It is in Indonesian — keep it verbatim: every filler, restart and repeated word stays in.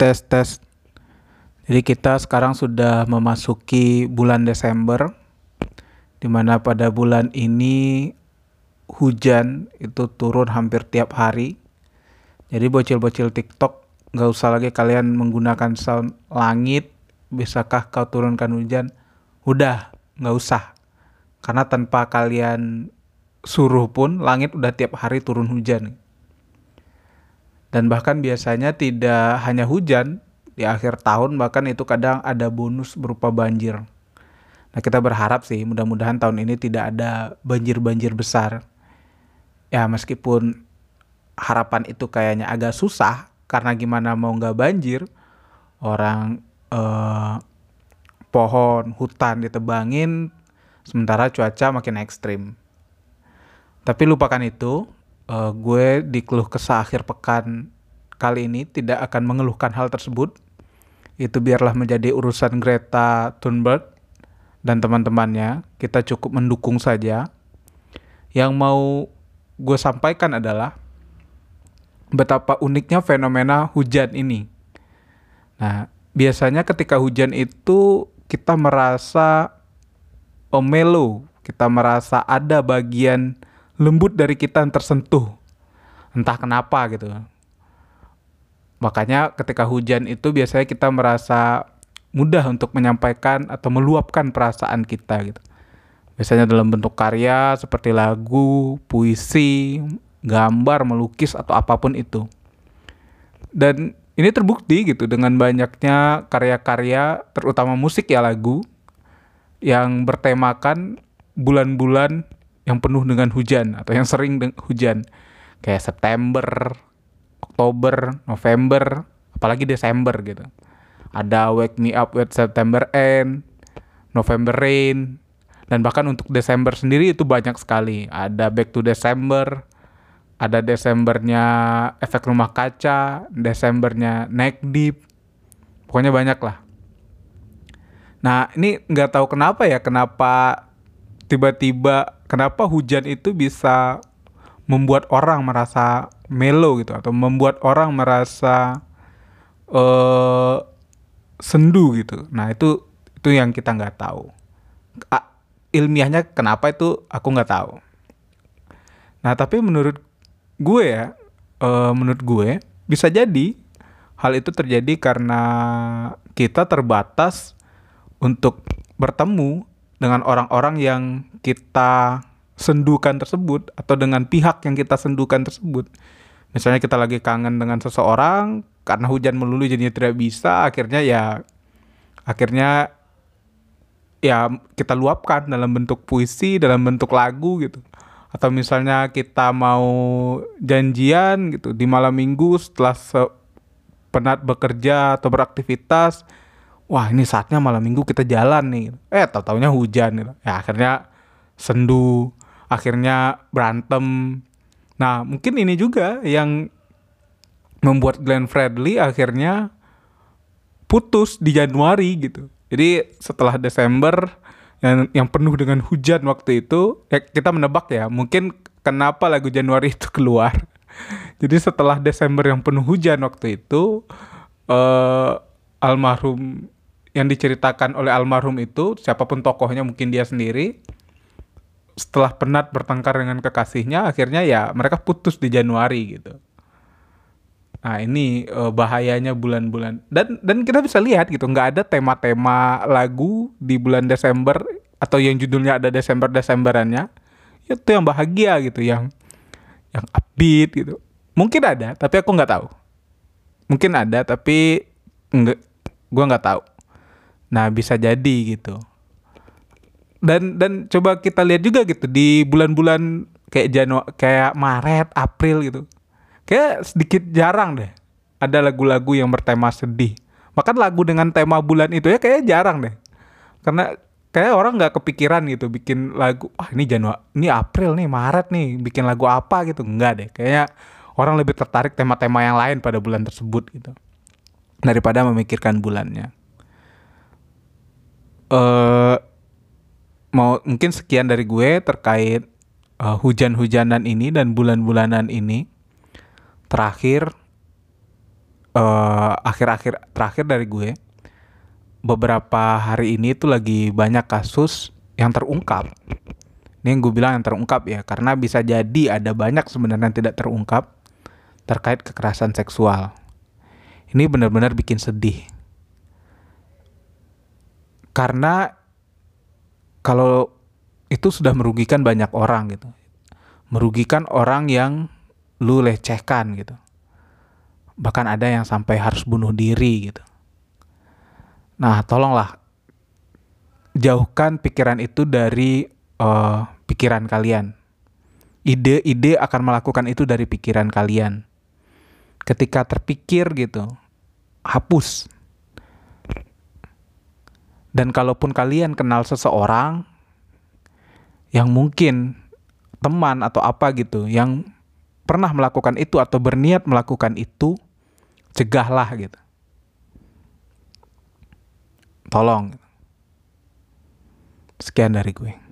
Tes tes. Jadi kita sekarang sudah memasuki bulan Desember, di mana pada bulan ini hujan itu turun hampir tiap hari. Jadi bocil-bocil TikTok nggak usah lagi kalian menggunakan sound langit, bisakah kau turunkan hujan? Udah, nggak usah. Karena tanpa kalian suruh pun langit udah tiap hari turun hujan. Dan bahkan biasanya tidak hanya hujan, di akhir tahun bahkan itu kadang ada bonus berupa banjir. Nah, kita berharap sih mudah-mudahan tahun ini tidak ada banjir-banjir besar. Ya meskipun harapan itu kayaknya agak susah, karena gimana mau nggak banjir, orang eh, pohon, hutan ditebangin, sementara cuaca makin ekstrim. Tapi lupakan itu, eh, gue di keluh kesah akhir pekan kali ini tidak akan mengeluhkan hal tersebut. Itu biarlah menjadi urusan Greta Thunberg dan teman-temannya. Kita cukup mendukung saja. Yang mau gue sampaikan adalah betapa uniknya fenomena hujan ini. Nah, biasanya ketika hujan itu kita merasa oh, mellow, kita merasa ada bagian lembut dari kita yang tersentuh. Entah kenapa gitu. Makanya ketika hujan itu biasanya kita merasa mudah untuk menyampaikan atau meluapkan perasaan kita gitu. Biasanya dalam bentuk karya seperti lagu, puisi, gambar, melukis atau apapun itu. Dan ini terbukti gitu dengan banyaknya karya-karya, terutama musik ya lagu, yang bertemakan bulan-bulan yang penuh dengan hujan atau yang sering de- hujan. Kayak September, Oktober, November, apalagi Desember gitu. Ada Wake Me Up When September End, November Rain, dan bahkan untuk Desember sendiri itu banyak sekali. Ada Back to December, ada Desembernya Efek Rumah Kaca, Desembernya Neck Deep, pokoknya banyak lah. Nah ini nggak tahu kenapa ya, kenapa tiba-tiba, kenapa hujan itu bisa membuat orang merasa mellow gitu, atau membuat orang merasa uh, sendu gitu. Nah itu itu yang kita nggak tahu. A- ilmiahnya kenapa itu aku nggak tahu. Nah tapi menurut gue ya, uh, menurut gue bisa jadi hal itu terjadi karena kita terbatas untuk bertemu dengan orang-orang yang kita sendukan tersebut, atau dengan pihak yang kita sendukan tersebut. Misalnya kita lagi kangen dengan seseorang, karena hujan melulu jadinya tidak bisa, akhirnya ya akhirnya ya kita luapkan dalam bentuk puisi, dalam bentuk lagu gitu. Atau misalnya kita mau janjian gitu di malam minggu setelah se- penat bekerja atau beraktivitas, wah ini saatnya malam minggu kita jalan nih. Eh tahu-taunya hujan gitu. Ya akhirnya sendu, akhirnya berantem. Nah mungkin ini juga yang membuat Glenn Fredly akhirnya putus di Januari gitu. Jadi setelah Desember yang yang penuh dengan hujan waktu itu, ya kita menebak ya, mungkin kenapa lagu Januari itu keluar. Jadi setelah Desember yang penuh hujan waktu itu, eh, almarhum yang diceritakan oleh almarhum itu, siapapun tokohnya, mungkin dia sendiri, setelah penat bertengkar dengan kekasihnya, akhirnya ya mereka putus di Januari gitu. Nah ini eh, bahayanya bulan-bulan, dan dan kita bisa lihat gitu, nggak ada tema-tema lagu di bulan Desember atau yang judulnya ada Desember-Desemberannya itu yang bahagia gitu, yang yang upbeat gitu. Mungkin ada tapi aku nggak tahu, mungkin ada tapi nggak, gue nggak tahu. Nah bisa jadi gitu. Dan dan coba kita lihat juga gitu di bulan-bulan kayak Januari, kayak Maret, April gitu. Kayak sedikit jarang deh ada lagu-lagu yang bertema sedih. Bahkan lagu dengan tema bulan itu ya kayak jarang deh. Karena kayak orang nggak kepikiran gitu bikin lagu, ah ini Januari, ini April nih, Maret nih, bikin lagu apa gitu. Enggak deh. Kayaknya orang lebih tertarik tema-tema yang lain pada bulan tersebut gitu, daripada memikirkan bulannya. Eh mau mungkin sekian dari gue terkait uh, hujan-hujanan ini dan bulan-bulanan ini. Terakhir, eh, akhir-akhir terakhir dari gue, beberapa hari ini tuh lagi banyak kasus yang terungkap. Ini yang gue bilang yang terungkap ya, karena bisa jadi ada banyak sebenarnya yang tidak terungkap terkait kekerasan seksual. Ini benar-benar bikin sedih. Karena kalau itu sudah merugikan banyak orang gitu. Merugikan orang yang lu lecehkan gitu. Bahkan ada yang sampai harus bunuh diri gitu. Nah, tolonglah jauhkan pikiran itu dari uh, pikiran kalian. Ide-ide akan melakukan itu dari pikiran kalian. Ketika terpikir gitu, hapus. Dan kalaupun kalian kenal seseorang yang mungkin teman atau apa gitu, yang pernah melakukan itu atau berniat melakukan itu, cegahlah gitu. Tolong. Sekian dari gue.